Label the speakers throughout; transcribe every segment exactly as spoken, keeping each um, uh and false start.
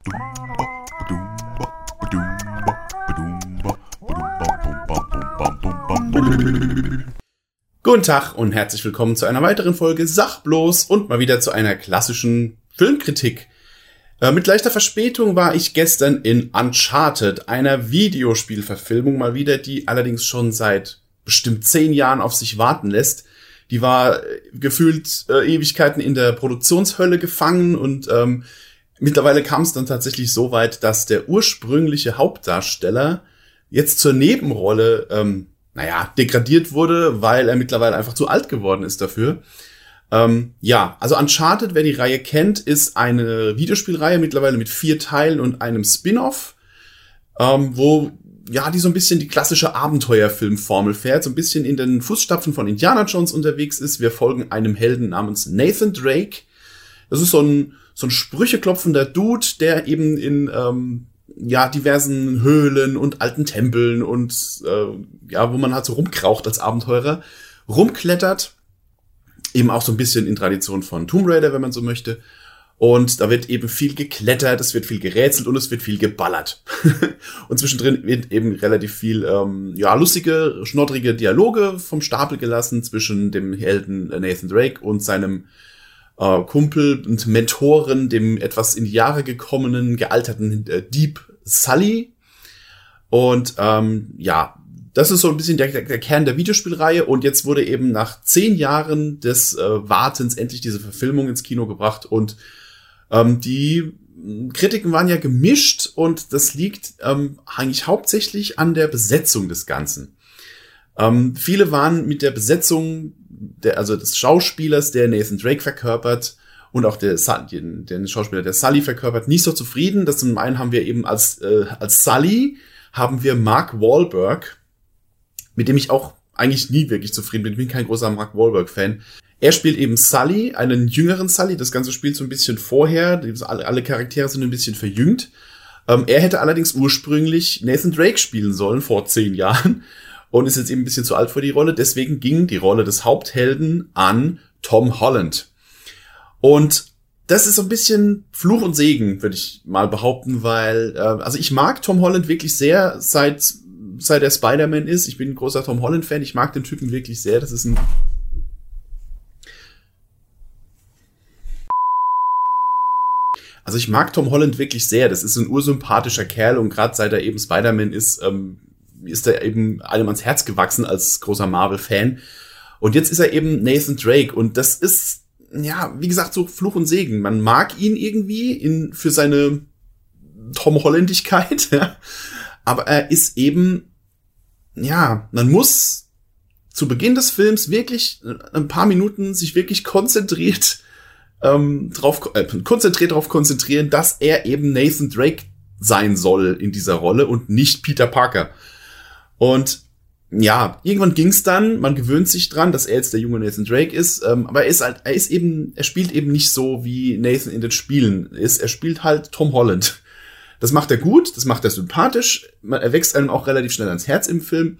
Speaker 1: Guten Tag und herzlich willkommen zu einer weiteren Folge Sach bloß und mal wieder zu einer klassischen Filmkritik. Äh, mit leichter Verspätung war ich gestern in Uncharted, einer Videospielverfilmung mal wieder, die allerdings schon seit bestimmt zehn Jahren auf sich warten lässt. Die war äh, gefühlt äh, Ewigkeiten in der Produktionshölle gefangen und ähm, mittlerweile kam es dann tatsächlich so weit, dass der ursprüngliche Hauptdarsteller jetzt zur Nebenrolle ähm, naja, degradiert wurde, weil er mittlerweile einfach zu alt geworden ist dafür. Ähm, ja, also Uncharted, wer die Reihe kennt, ist eine Videospielreihe mittlerweile mit vier Teilen und einem Spin-off, ähm, wo ja die so ein bisschen die klassische Abenteuerfilmformel fährt, so ein bisschen in den Fußstapfen von Indiana Jones unterwegs ist. Wir folgen einem Helden namens Nathan Drake. Das ist so ein so ein sprücheklopfender Dude, der eben in ähm, ja, diversen Höhlen und alten Tempeln und äh, ja, wo man halt so rumkraucht als Abenteurer, rumklettert, eben auch so ein bisschen in Tradition von Tomb Raider, wenn man so möchte. Und da wird eben viel geklettert, es wird viel gerätselt und es wird viel geballert. Und zwischendrin wird eben relativ viel ähm, ja lustige, schnoddrige Dialoge vom Stapel gelassen zwischen dem Helden Nathan Drake und seinem Uh, Kumpel und Mentoren, dem etwas in die Jahre gekommenen, gealterten äh, Dieb Sully. Und ähm, ja, das ist so ein bisschen der, der Kern der Videospielreihe. Und jetzt wurde eben nach zehn Jahren des äh, Wartens endlich diese Verfilmung ins Kino gebracht. Und ähm, die Kritiken waren ja gemischt. Und das liegt ähm, eigentlich hauptsächlich an der Besetzung des Ganzen. Ähm, viele waren mit der Besetzung der, also des Schauspielers, der Nathan Drake verkörpert, und auch der, den, den Schauspieler, der Sully verkörpert, nicht so zufrieden. Das zum einen haben wir eben als, äh, als Sully haben wir Mark Wahlberg, mit dem ich auch eigentlich nie wirklich zufrieden bin. Ich bin kein großer Mark Wahlberg-Fan. Er spielt eben Sully, einen jüngeren Sully. Das Ganze spielt so ein bisschen vorher. Alle, alle Charaktere sind ein bisschen verjüngt. Ähm, er hätte allerdings ursprünglich Nathan Drake spielen sollen, vor zehn Jahren. Und ist jetzt eben ein bisschen zu alt für die Rolle. Deswegen ging die Rolle des Haupthelden an Tom Holland. Und das ist so ein bisschen Fluch und Segen, würde ich mal behaupten, weil, äh, also ich mag Tom Holland wirklich sehr, seit, seit er Spider-Man ist. Ich bin ein großer Tom Holland-Fan. Ich mag den Typen wirklich sehr. Das ist ein Also ich mag Tom Holland wirklich sehr. Das ist ein ursympathischer Kerl und gerade seit er eben Spider-Man ist, ähm, ist er eben allem ans Herz gewachsen als großer Marvel-Fan. Und jetzt ist er eben Nathan Drake. Und das ist, ja, wie gesagt, so Fluch und Segen. Man mag ihn irgendwie in, für seine Tom Hollandigkeit, ja. Aber er ist eben, ja, man muss zu Beginn des Films wirklich ein paar Minuten sich wirklich konzentriert ähm, drauf, äh, konzentriert darauf konzentrieren, dass er eben Nathan Drake sein soll in dieser Rolle und nicht Peter Parker. Und ja, irgendwann ging's dann, man gewöhnt sich dran, dass er jetzt der junge Nathan Drake ist, ähm, aber er ist halt, er ist eben, er spielt eben nicht so, wie Nathan in den Spielen ist. Er spielt halt Tom Holland. Das macht er gut, das macht er sympathisch, er wächst einem auch relativ schnell ans Herz im Film,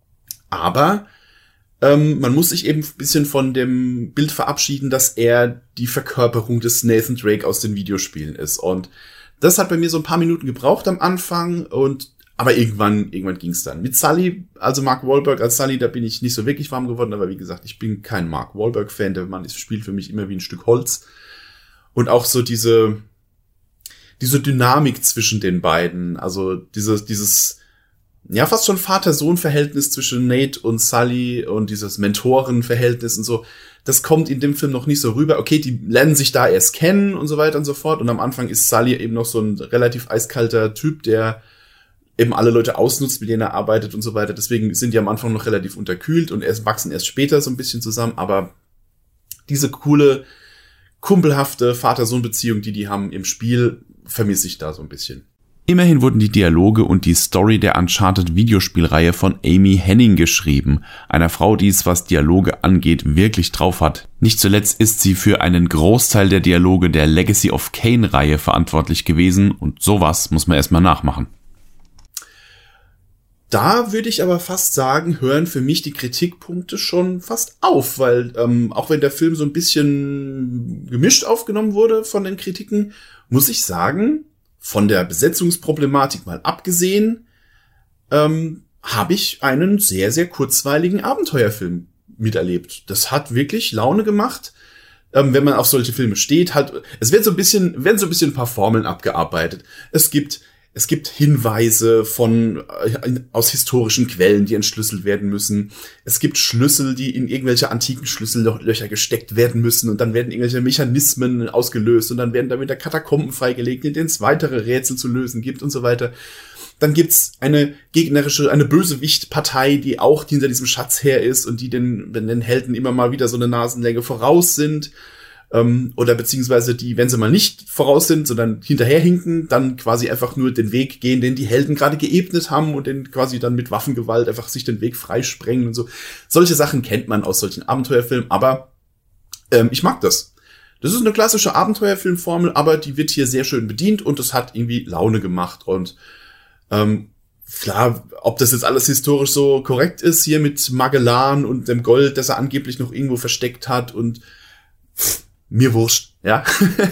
Speaker 1: aber ähm, man muss sich eben ein bisschen von dem Bild verabschieden, dass er die Verkörperung des Nathan Drake aus den Videospielen ist. Und das hat bei mir so ein paar Minuten gebraucht am Anfang und aber irgendwann, irgendwann ging's dann. Mit Sully, also Mark Wahlberg als Sully, da bin ich nicht so wirklich warm geworden, aber wie gesagt, ich bin kein Mark Wahlberg-Fan. Der Mann ist, spielt für mich immer wie ein Stück Holz. Und auch so diese, diese Dynamik zwischen den beiden, also dieses, dieses, ja, fast schon Vater-Sohn-Verhältnis zwischen Nate und Sully und dieses Mentoren-Verhältnis und so, das kommt in dem Film noch nicht so rüber. Okay, die lernen sich da erst kennen und so weiter und so fort. Und am Anfang ist Sully eben noch so ein relativ eiskalter Typ, der eben alle Leute ausnutzt, mit denen er arbeitet und so weiter. Deswegen sind die am Anfang noch relativ unterkühlt und erst wachsen erst später so ein bisschen zusammen. Aber diese coole, kumpelhafte Vater-Sohn-Beziehung, die die haben im Spiel, vermisse ich da so ein bisschen.
Speaker 2: Immerhin wurden die Dialoge und die Story der Uncharted-Videospielreihe von Amy Hennig geschrieben, einer Frau, die es, was Dialoge angeht, wirklich drauf hat. Nicht zuletzt ist sie für einen Großteil der Dialoge der Legacy of Kain-Reihe verantwortlich gewesen und sowas muss man erstmal nachmachen.
Speaker 1: Da würde ich aber fast sagen, hören für mich die Kritikpunkte schon fast auf, weil ähm, auch wenn der Film so ein bisschen gemischt aufgenommen wurde von den Kritiken, muss ich sagen, von der Besetzungsproblematik mal abgesehen, ähm, habe ich einen sehr, sehr kurzweiligen Abenteuerfilm miterlebt. Das hat wirklich Laune gemacht, ähm, wenn man auf solche Filme steht. Halt, es wird so ein bisschen, werden so ein bisschen ein paar Formeln abgearbeitet. Es gibt Es gibt Hinweise von äh, aus historischen Quellen, die entschlüsselt werden müssen. Es gibt Schlüssel, die in irgendwelche antiken Schlüssellöcher gesteckt werden müssen und dann werden irgendwelche Mechanismen ausgelöst und dann werden da wieder Katakomben freigelegt, in denen es weitere Rätsel zu lösen gibt und so weiter. Dann gibt's eine gegnerische, eine Bösewicht-Partei, die auch hinter diesem Schatz her ist und die den, den Helden immer mal wieder so eine Nasenlänge voraus sind. Oder beziehungsweise die, wenn sie mal nicht voraus sind, sondern hinterherhinken, dann quasi einfach nur den Weg gehen, den die Helden gerade geebnet haben und den quasi dann mit Waffengewalt einfach sich den Weg freisprengen und so. Solche Sachen kennt man aus solchen Abenteuerfilmen, aber ähm, ich mag das. Das ist eine klassische Abenteuerfilmformel, aber die wird hier sehr schön bedient und es hat irgendwie Laune gemacht und ähm, klar, ob das jetzt alles historisch so korrekt ist, hier mit Magellan und dem Gold, das er angeblich noch irgendwo versteckt hat und pff, mir wurscht, ja.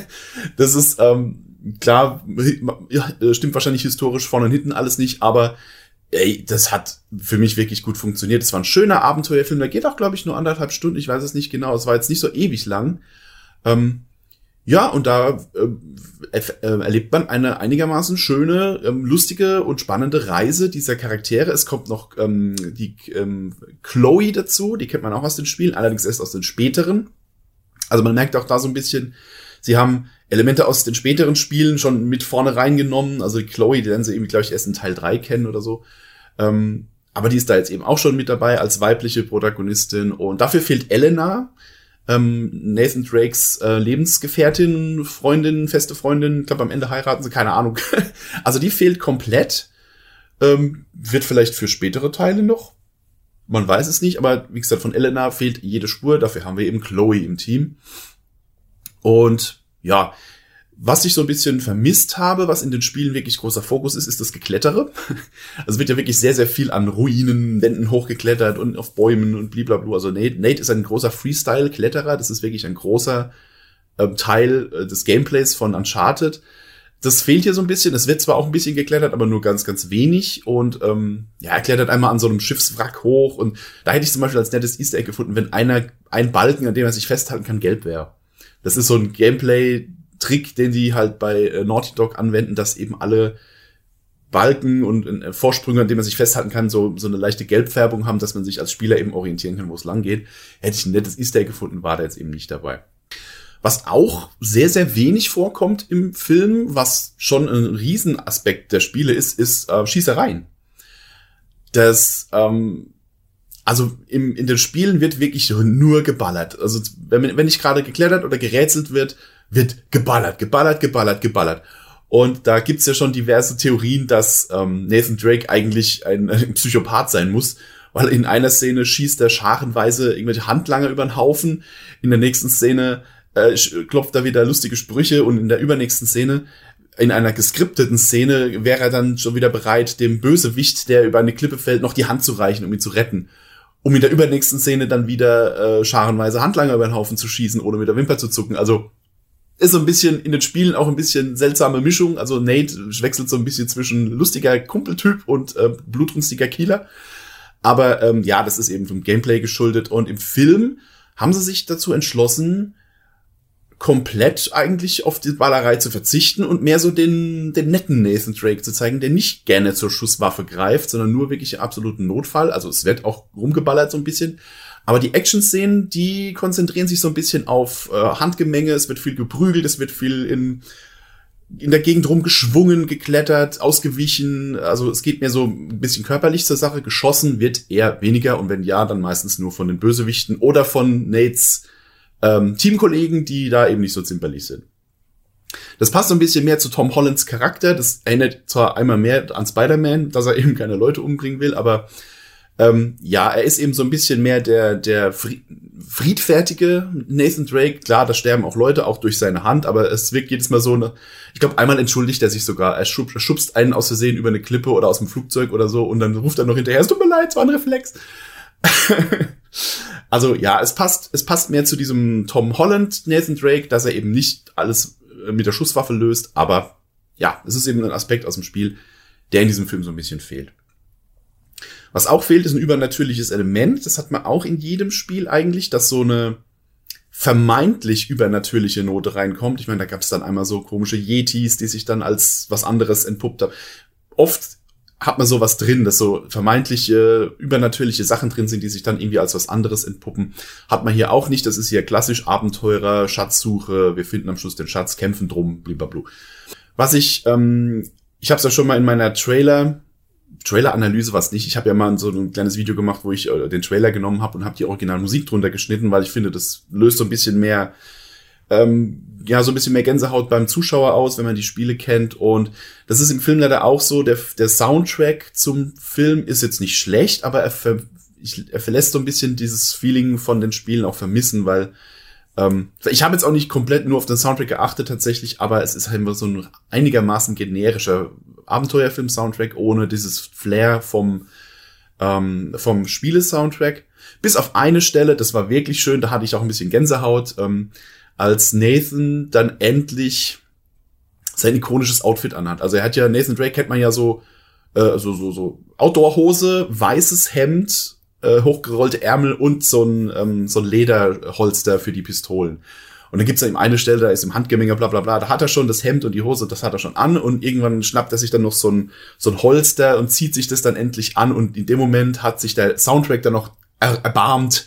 Speaker 1: Das ist, ähm, klar, ja, stimmt wahrscheinlich historisch vorne und hinten alles nicht, aber ey, das hat für mich wirklich gut funktioniert. Es war ein schöner Abenteuerfilm, der geht auch, glaube ich, nur anderthalb Stunden, ich weiß es nicht genau, es war jetzt nicht so ewig lang. Ähm, ja, und da äh, äh, erlebt man eine einigermaßen schöne, ähm, lustige und spannende Reise dieser Charaktere. Es kommt noch ähm, die ähm, Chloe dazu, die kennt man auch aus den Spielen, allerdings erst aus den späteren. Also man merkt auch da so ein bisschen, sie haben Elemente aus den späteren Spielen schon mit vorne reingenommen. Also die Chloe, die lernen sie irgendwie, glaube ich, erst in Teil drei kennen oder so. Ähm, aber die ist da jetzt eben auch schon mit dabei als weibliche Protagonistin. Und dafür fehlt Elena, ähm, Nathan Drakes äh, Lebensgefährtin, Freundin, feste Freundin. Ich glaube, am Ende heiraten sie, keine Ahnung. Also die fehlt komplett. Ähm, wird vielleicht für spätere Teile noch. Man weiß es nicht, aber wie gesagt, von Elena fehlt jede Spur. Dafür haben wir eben Chloe im Team. Und ja, was ich so ein bisschen vermisst habe, was in den Spielen wirklich großer Fokus ist, ist das Geklettere. Also wird ja wirklich sehr, sehr viel an Ruinen, Wänden hochgeklettert und auf Bäumen und blablabla. Also Nate, Nate ist ein großer Freestyle-Kletterer. Das ist wirklich ein großer äh, Teil äh, des Gameplays von Uncharted. Das fehlt hier so ein bisschen. Es wird zwar auch ein bisschen geklettert, aber nur ganz, ganz wenig. Und ähm, ja, er klettert einmal an so einem Schiffswrack hoch. Und da hätte ich zum Beispiel als nettes Easter Egg gefunden, wenn einer ein Balken, an dem er sich festhalten kann, gelb wäre. Das ist so ein Gameplay-Trick, den die halt bei äh, Naughty Dog anwenden, dass eben alle Balken und äh, Vorsprünge, an denen man sich festhalten kann, so so eine leichte Gelbfärbung haben, dass man sich als Spieler eben orientieren kann, wo es lang geht. Hätte ich ein nettes Easter Egg gefunden, war da jetzt eben nicht dabei. Was auch sehr, sehr wenig vorkommt im Film, was schon ein Riesenaspekt der Spiele ist, ist äh, Schießereien. Das, ähm, also im, in den Spielen wird wirklich nur geballert. Also wenn, wenn nicht gerade geklettert oder gerätselt wird, wird geballert, geballert, geballert, geballert. Und da gibt's ja schon diverse Theorien, dass ähm, Nathan Drake eigentlich ein, ein Psychopath sein muss, weil in einer Szene schießt er scharenweise irgendwelche Handlanger über den Haufen, in der nächsten Szene Äh, klopft da wieder lustige Sprüche und in der übernächsten Szene, in einer geskripteten Szene, wäre er dann schon wieder bereit, dem Bösewicht, der über eine Klippe fällt, noch die Hand zu reichen, um ihn zu retten. Um in der übernächsten Szene dann wieder äh, scharenweise Handlanger über den Haufen zu schießen, ohne mit der Wimper zu zucken. Also ist so ein bisschen in den Spielen auch ein bisschen seltsame Mischung. Also Nate wechselt so ein bisschen zwischen lustiger Kumpeltyp und äh, blutrünstiger Killer. Aber ähm, ja, das ist eben vom Gameplay geschuldet. Und im Film haben sie sich dazu entschlossen, komplett eigentlich auf die Ballerei zu verzichten und mehr so den den netten Nathan Drake zu zeigen, der nicht gerne zur Schusswaffe greift, sondern nur wirklich im absoluten Notfall. Also es wird auch rumgeballert so ein bisschen. Aber die Action-Szenen, die konzentrieren sich so ein bisschen auf äh, Handgemenge. Es wird viel geprügelt, es wird viel in in der Gegend rumgeschwungen, geklettert, ausgewichen. Also es geht mehr so ein bisschen körperlich zur Sache. Geschossen wird eher weniger und wenn ja, dann meistens nur von den Bösewichten oder von Nates Ähm, Teamkollegen, die da eben nicht so zimperlich sind. Das passt so ein bisschen mehr zu Tom Hollands Charakter. Das erinnert zwar einmal mehr an Spider-Man, dass er eben keine Leute umbringen will, aber ähm, ja, er ist eben so ein bisschen mehr der der friedfertige Nathan Drake. Klar, da sterben auch Leute, auch durch seine Hand, aber es wirkt jedes Mal so, eine, ich glaube, einmal entschuldigt er sich sogar. Er schub, schubst einen aus Versehen über eine Klippe oder aus dem Flugzeug oder so und dann ruft er noch hinterher, es tut mir leid, es war ein Reflex. Also ja, es passt, es passt mehr zu diesem Tom Holland Nathan Drake, dass er eben nicht alles mit der Schusswaffe löst, aber ja, es ist eben ein Aspekt aus dem Spiel, der in diesem Film so ein bisschen fehlt. Was auch fehlt, ist ein übernatürliches Element. Das hat man auch in jedem Spiel eigentlich, dass so eine vermeintlich übernnatürliche Note reinkommt. Ich meine, da gab es dann einmal so komische Yetis, die sich dann als was anderes entpuppt haben. Oft hat man sowas drin, dass so vermeintliche übernatürliche Sachen drin sind, die sich dann irgendwie als was anderes entpuppen. Hat man hier auch nicht. Das ist hier klassisch Abenteurer, Schatzsuche. Wir finden am Schluss den Schatz, kämpfen drum, blablabla. Was ich, ähm, ich habe es ja schon mal in meiner Trailer Trailer-Analyse war es nicht. Ich habe ja mal so ein kleines Video gemacht, wo ich äh, den Trailer genommen habe und habe die Originalmusik drunter geschnitten, weil ich finde, das löst so ein bisschen mehr, ähm, ja, so ein bisschen mehr Gänsehaut beim Zuschauer aus, wenn man die Spiele kennt. Und das ist im Film leider auch so. Der, der Soundtrack zum Film ist jetzt nicht schlecht, aber er, ver, ich, er verlässt so ein bisschen dieses Feeling von den Spielen auch vermissen, weil ähm, ich habe jetzt auch nicht komplett nur auf den Soundtrack geachtet tatsächlich, aber es ist halt immer so ein einigermaßen generischer Abenteuerfilm-Soundtrack ohne dieses Flair vom ähm, vom Spiele-Soundtrack. Bis auf eine Stelle, das war wirklich schön, da hatte ich auch ein bisschen Gänsehaut, ähm, als Nathan dann endlich sein ikonisches Outfit anhat. Also er hat ja, Nathan Drake kennt man ja so äh, so so so Outdoor-Hose, weißes Hemd, äh, hochgerollte Ärmel und so ein ähm, so ein Lederholster für die Pistolen. Und dann gibt's da eben eine Stelle, da ist im Handgemenge, bla bla bla, da hat er schon das Hemd und die Hose, das hat er schon an und irgendwann schnappt er sich dann noch so ein so ein Holster und zieht sich das dann endlich an und in dem Moment hat sich der Soundtrack dann noch er- erbarmt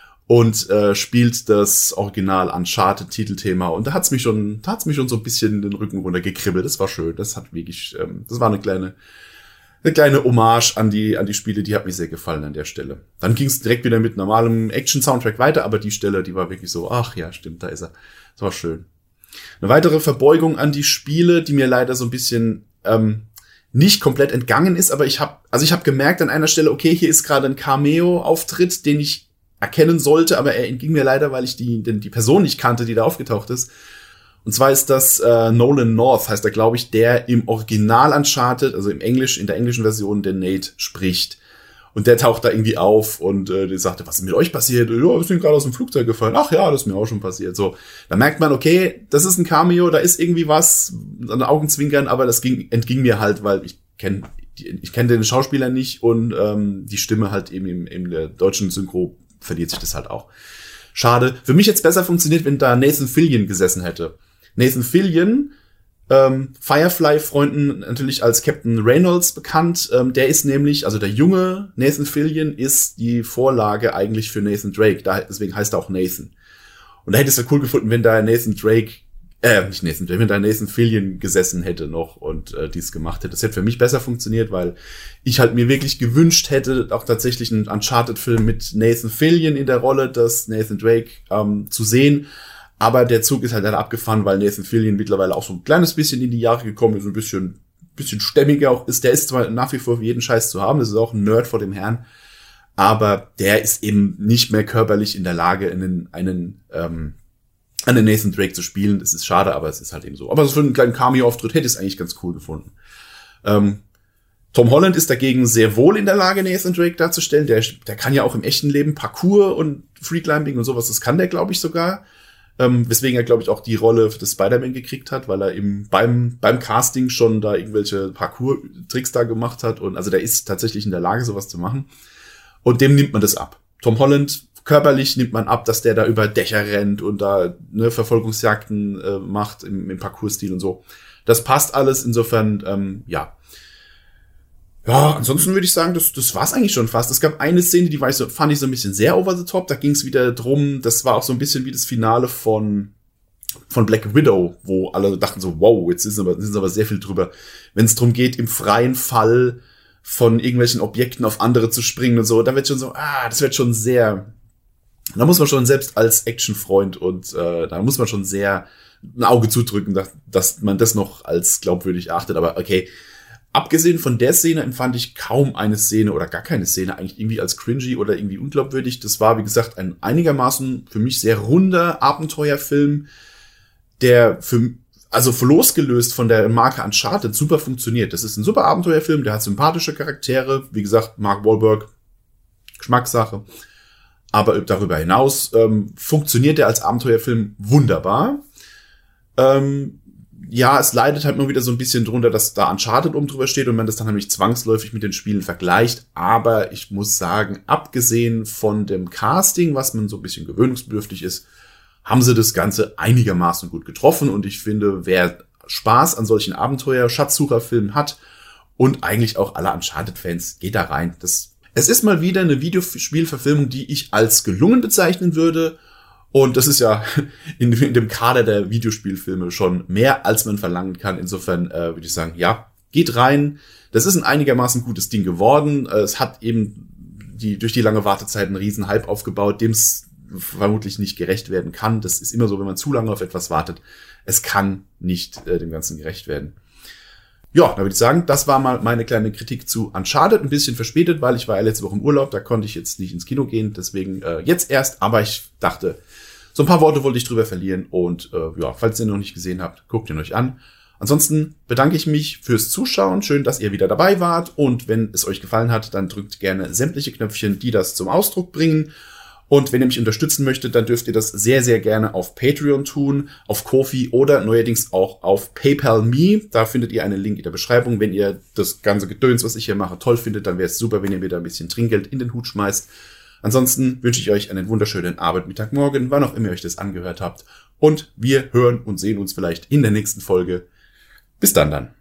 Speaker 1: und äh, spielt das Original Uncharted-Titelthema und da hat's mich schon, da hat's mich schon so ein bisschen den Rücken runtergekribbelt, das war schön, das hat wirklich, ähm, das war eine kleine Eine kleine Hommage an die an die Spiele, die hat mir sehr gefallen an der Stelle. Dann ging es direkt wieder mit normalem Action-Soundtrack weiter, aber die Stelle, die war wirklich so, ach ja, stimmt, da ist er. Das war schön. Eine weitere Verbeugung an die Spiele, die mir leider so ein bisschen ähm, nicht komplett entgangen ist, aber ich habe also ich habe gemerkt an einer Stelle, okay, hier ist gerade ein Cameo-Auftritt, den ich erkennen sollte, aber er entging mir leider, weil ich die denn die Person nicht kannte, die da aufgetaucht ist. Und zwar ist das äh, Nolan North, heißt er, glaube ich, der im Original Uncharted, also im Englisch, in der englischen Version, den Nate spricht. Und der taucht da irgendwie auf und äh, der sagte, was ist mit euch passiert? Ja, wir sind gerade aus dem Flugzeug gefallen. Ach ja, das ist mir auch schon passiert. So, da merkt man, okay, das ist ein Cameo, da ist irgendwie was, an den Augenzwinkern, aber das ging, entging mir halt, weil ich kenne ich kenne den Schauspieler nicht und ähm, die Stimme halt eben im, in der deutschen Synchro verliert sich das halt auch. Schade. Für mich jetzt besser funktioniert, wenn da Nathan Fillion gesessen hätte. Nathan Fillion, ähm, Firefly-Freunden natürlich als Captain Reynolds bekannt. Ähm, der ist nämlich, also der junge Nathan Fillion ist die Vorlage eigentlich für Nathan Drake. Da, deswegen heißt er auch Nathan. Und da hätte es ja cool gefunden, wenn da Nathan Drake, äh, nicht Nathan Drake, wenn da Nathan Fillion gesessen hätte noch und äh, dies gemacht hätte. Das hätte für mich besser funktioniert, weil ich halt mir wirklich gewünscht hätte, auch tatsächlich einen Uncharted-Film mit Nathan Fillion in der Rolle, das Nathan Drake ähm, zu sehen. Aber der Zug ist halt leider abgefahren, weil Nathan Fillion mittlerweile auch so ein kleines bisschen in die Jahre gekommen ist, ein bisschen, bisschen stämmiger auch ist. Der ist zwar nach wie vor für jeden Scheiß zu haben, das ist auch ein Nerd vor dem Herrn, aber der ist eben nicht mehr körperlich in der Lage, einen, einen, ähm, einen Nathan Drake zu spielen. Das ist schade, aber es ist halt eben so. Aber so für einen kleinen Cameo-Auftritt hätte ich es eigentlich ganz cool gefunden. Ähm, Tom Holland ist dagegen sehr wohl in der Lage, Nathan Drake darzustellen. Der, der kann ja auch im echten Leben Parkour und Freeclimbing und sowas, das kann der, glaube ich, sogar. Ähm, weswegen er, glaube ich, auch die Rolle des Spider-Man gekriegt hat, weil er eben beim beim Casting schon da irgendwelche Parkour-Tricks da gemacht hat. Und also der ist tatsächlich in der Lage, sowas zu machen. Und dem nimmt man das ab. Tom Holland, körperlich nimmt man ab, dass der da über Dächer rennt und da ne, Verfolgungsjagden äh, macht im, im Parkour-Stil und so. Das passt alles, insofern, ähm, ja. Ja, ansonsten würde ich sagen, das, das war's eigentlich schon fast. Es gab eine Szene, die war ich so, fand ich so ein bisschen sehr over the top. Da ging es wieder drum, das war auch so ein bisschen wie das Finale von von Black Widow, wo alle dachten so, wow, jetzt ist aber, ist aber sehr viel drüber. Wenn es drum geht, im freien Fall von irgendwelchen Objekten auf andere zu springen und so, da wird schon so, ah, das wird schon sehr, da muss man schon selbst als Actionfreund und äh, da muss man schon sehr ein Auge zudrücken, dass, dass man das noch als glaubwürdig erachtet. Aber okay, abgesehen von der Szene empfand ich kaum eine Szene oder gar keine Szene eigentlich irgendwie als cringy oder irgendwie unglaubwürdig. Das war, wie gesagt, ein einigermaßen für mich sehr runder Abenteuerfilm, der für, also losgelöst von der Marke Uncharted super funktioniert. Das ist ein super Abenteuerfilm, der hat sympathische Charaktere. Wie gesagt, Mark Wahlberg, Geschmackssache. Aber darüber hinaus ähm, funktioniert er als Abenteuerfilm wunderbar. Ähm, ja, es leidet halt nur wieder so ein bisschen drunter, dass da Uncharted oben drüber steht und man das dann nämlich zwangsläufig mit den Spielen vergleicht. Aber ich muss sagen, abgesehen von dem Casting, was man so ein bisschen gewöhnungsbedürftig ist, haben sie das Ganze einigermaßen gut getroffen. Und ich finde, wer Spaß an solchen Abenteuer-Schatzsucherfilmen hat und eigentlich auch alle Uncharted-Fans, geht da rein. Das, es ist mal wieder eine Videospielverfilmung, die ich als gelungen bezeichnen würde. Und das ist ja in, in dem Kader der Videospielfilme schon mehr, als man verlangen kann. Insofern äh, würde ich sagen, ja, geht rein. Das ist ein einigermaßen gutes Ding geworden. Es hat eben die durch die lange Wartezeit einen riesen Hype aufgebaut, dem es vermutlich nicht gerecht werden kann. Das ist immer so, wenn man zu lange auf etwas wartet. Es kann nicht äh, dem Ganzen gerecht werden. Ja, da würde ich sagen, das war mal meine kleine Kritik zu Uncharted. Ein bisschen verspätet, weil ich war ja letzte Woche im Urlaub. Da konnte ich jetzt nicht ins Kino gehen. Deswegen äh, jetzt erst. Aber ich dachte, so ein paar Worte wollte ich drüber verlieren. Und äh, ja, falls ihr noch nicht gesehen habt, guckt ihn euch an. Ansonsten bedanke ich mich fürs Zuschauen. Schön, dass ihr wieder dabei wart. Und wenn es euch gefallen hat, dann drückt gerne sämtliche Knöpfchen, die das zum Ausdruck bringen. Und wenn ihr mich unterstützen möchtet, dann dürft ihr das sehr, sehr gerne auf Patreon tun, auf Ko-fi oder neuerdings auch auf PayPal Me. Da findet ihr einen Link in der Beschreibung. Wenn ihr das ganze Gedöns, was ich hier mache, toll findet, dann wäre es super, wenn ihr mir da ein bisschen Trinkgeld in den Hut schmeißt. Ansonsten wünsche ich euch einen wunderschönen Abend, Mittag, Morgen, wann auch immer ihr euch das angehört habt. Und wir hören und sehen uns vielleicht in der nächsten Folge. Bis dann dann.